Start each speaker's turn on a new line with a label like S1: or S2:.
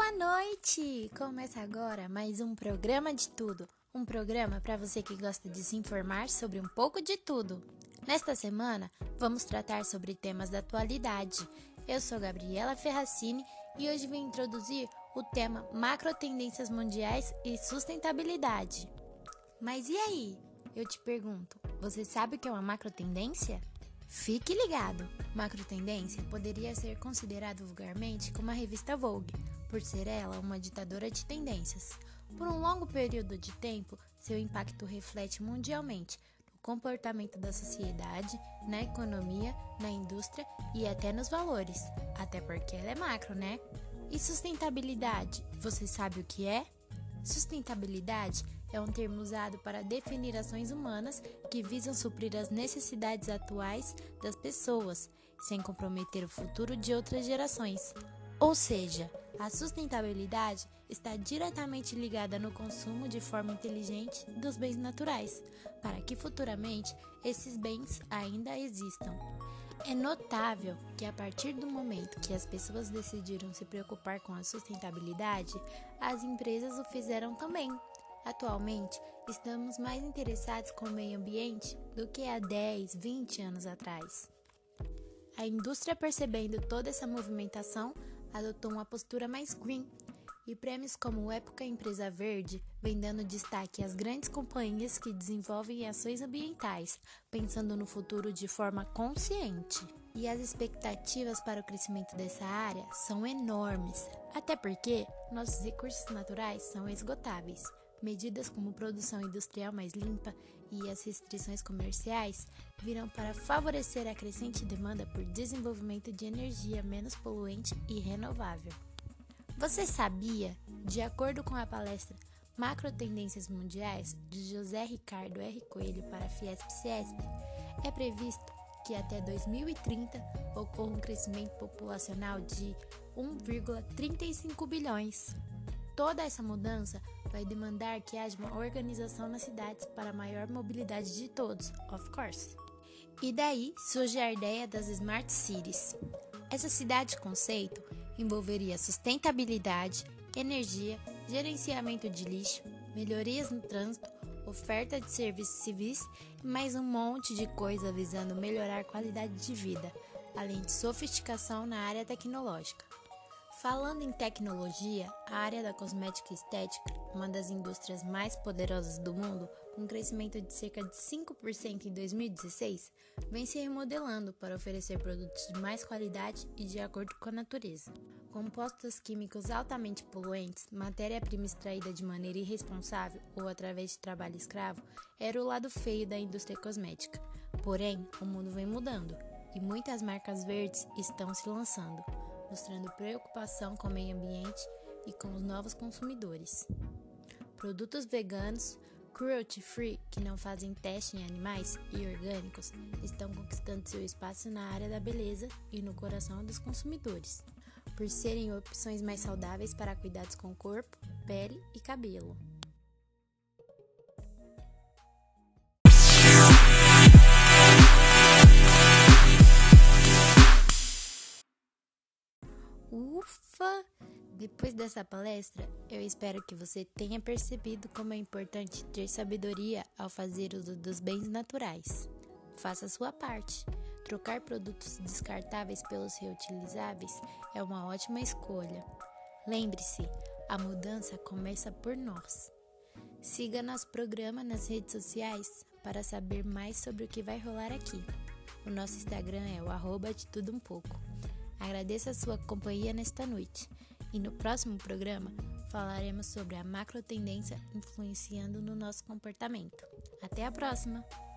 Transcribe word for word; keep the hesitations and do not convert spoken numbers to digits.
S1: Boa noite! Começa agora mais um programa de tudo. Um programa para você que gosta de se informar sobre um pouco de tudo. Nesta semana, vamos tratar sobre temas da atualidade. Eu sou Gabriela Ferracini e hoje vim introduzir o tema Macro Tendências Mundiais e Sustentabilidade. Mas e aí? Eu te pergunto, você sabe o que é uma macro tendência? Fique ligado! Macro tendência poderia ser considerado vulgarmente como a revista Vogue, por ser ela uma ditadora de tendências. Por um longo período de tempo, seu impacto reflete mundialmente no comportamento da sociedade, na economia, na indústria e até nos valores, até porque ela é macro, né? E sustentabilidade, você sabe o que é? Sustentabilidade é um termo usado para definir ações humanas que visam suprir as necessidades atuais das pessoas, sem comprometer o futuro de outras gerações. Ou seja, a sustentabilidade está diretamente ligada no consumo de forma inteligente dos bens naturais, para que futuramente esses bens ainda existam. É notável que a partir do momento que as pessoas decidiram se preocupar com a sustentabilidade, as empresas o fizeram também. Atualmente, estamos mais interessados com o meio ambiente do que há dez, vinte anos atrás. A indústria, percebendo toda essa movimentação, adotou uma postura mais green, e prêmios como o Época Empresa Verde vem dando destaque às grandes companhias que desenvolvem ações ambientais, pensando no futuro de forma consciente. E as expectativas para o crescimento dessa área são enormes, até porque nossos recursos naturais são esgotáveis. Medidas como produção industrial mais limpa e as restrições comerciais virão para favorecer a crescente demanda por desenvolvimento de energia menos poluente e renovável. Você sabia, de acordo com a palestra Macro Tendências Mundiais, de José Ricardo R. Coelho para a Fiesp-Ciesp, é previsto que até dois mil e trinta ocorra um crescimento populacional de um vírgula trinta e cinco bilhões. Toda essa mudança vai demandar que haja uma organização nas cidades para a maior mobilidade de todos, of course. E daí surge a ideia das Smart Cities. Essa cidade-conceito envolveria sustentabilidade, energia, gerenciamento de lixo, melhorias no trânsito, oferta de serviços civis e mais um monte de coisa visando melhorar a qualidade de vida, além de sofisticação na área tecnológica. Falando em tecnologia, a área da cosmética e estética, uma das indústrias mais poderosas do mundo, com um crescimento de cerca de cinco por cento em dois mil e dezesseis, vem se remodelando para oferecer produtos de mais qualidade e de acordo com a natureza. Compostos químicos altamente poluentes, matéria-prima extraída de maneira irresponsável ou através de trabalho escravo, era o lado feio da indústria cosmética. Porém, o mundo vem mudando e muitas marcas verdes estão se lançando, mostrando preocupação com o meio ambiente e com os novos consumidores. Produtos veganos, cruelty-free, que não fazem teste em animais, e orgânicos, estão conquistando seu espaço na área da beleza e no coração dos consumidores, por serem opções mais saudáveis para cuidados com o corpo, pele e cabelo. Ufa! Depois dessa palestra, eu espero que você tenha percebido como é importante ter sabedoria ao fazer uso dos bens naturais. Faça a sua parte. Trocar produtos descartáveis pelos reutilizáveis é uma ótima escolha. Lembre-se, a mudança começa por nós. Siga nosso programa nas redes sociais para saber mais sobre o que vai rolar aqui. O nosso Instagram é o arroba de tudo um pouco. Agradeço a sua companhia nesta noite e no próximo programa falaremos sobre a macro tendência influenciando no nosso comportamento. Até a próxima!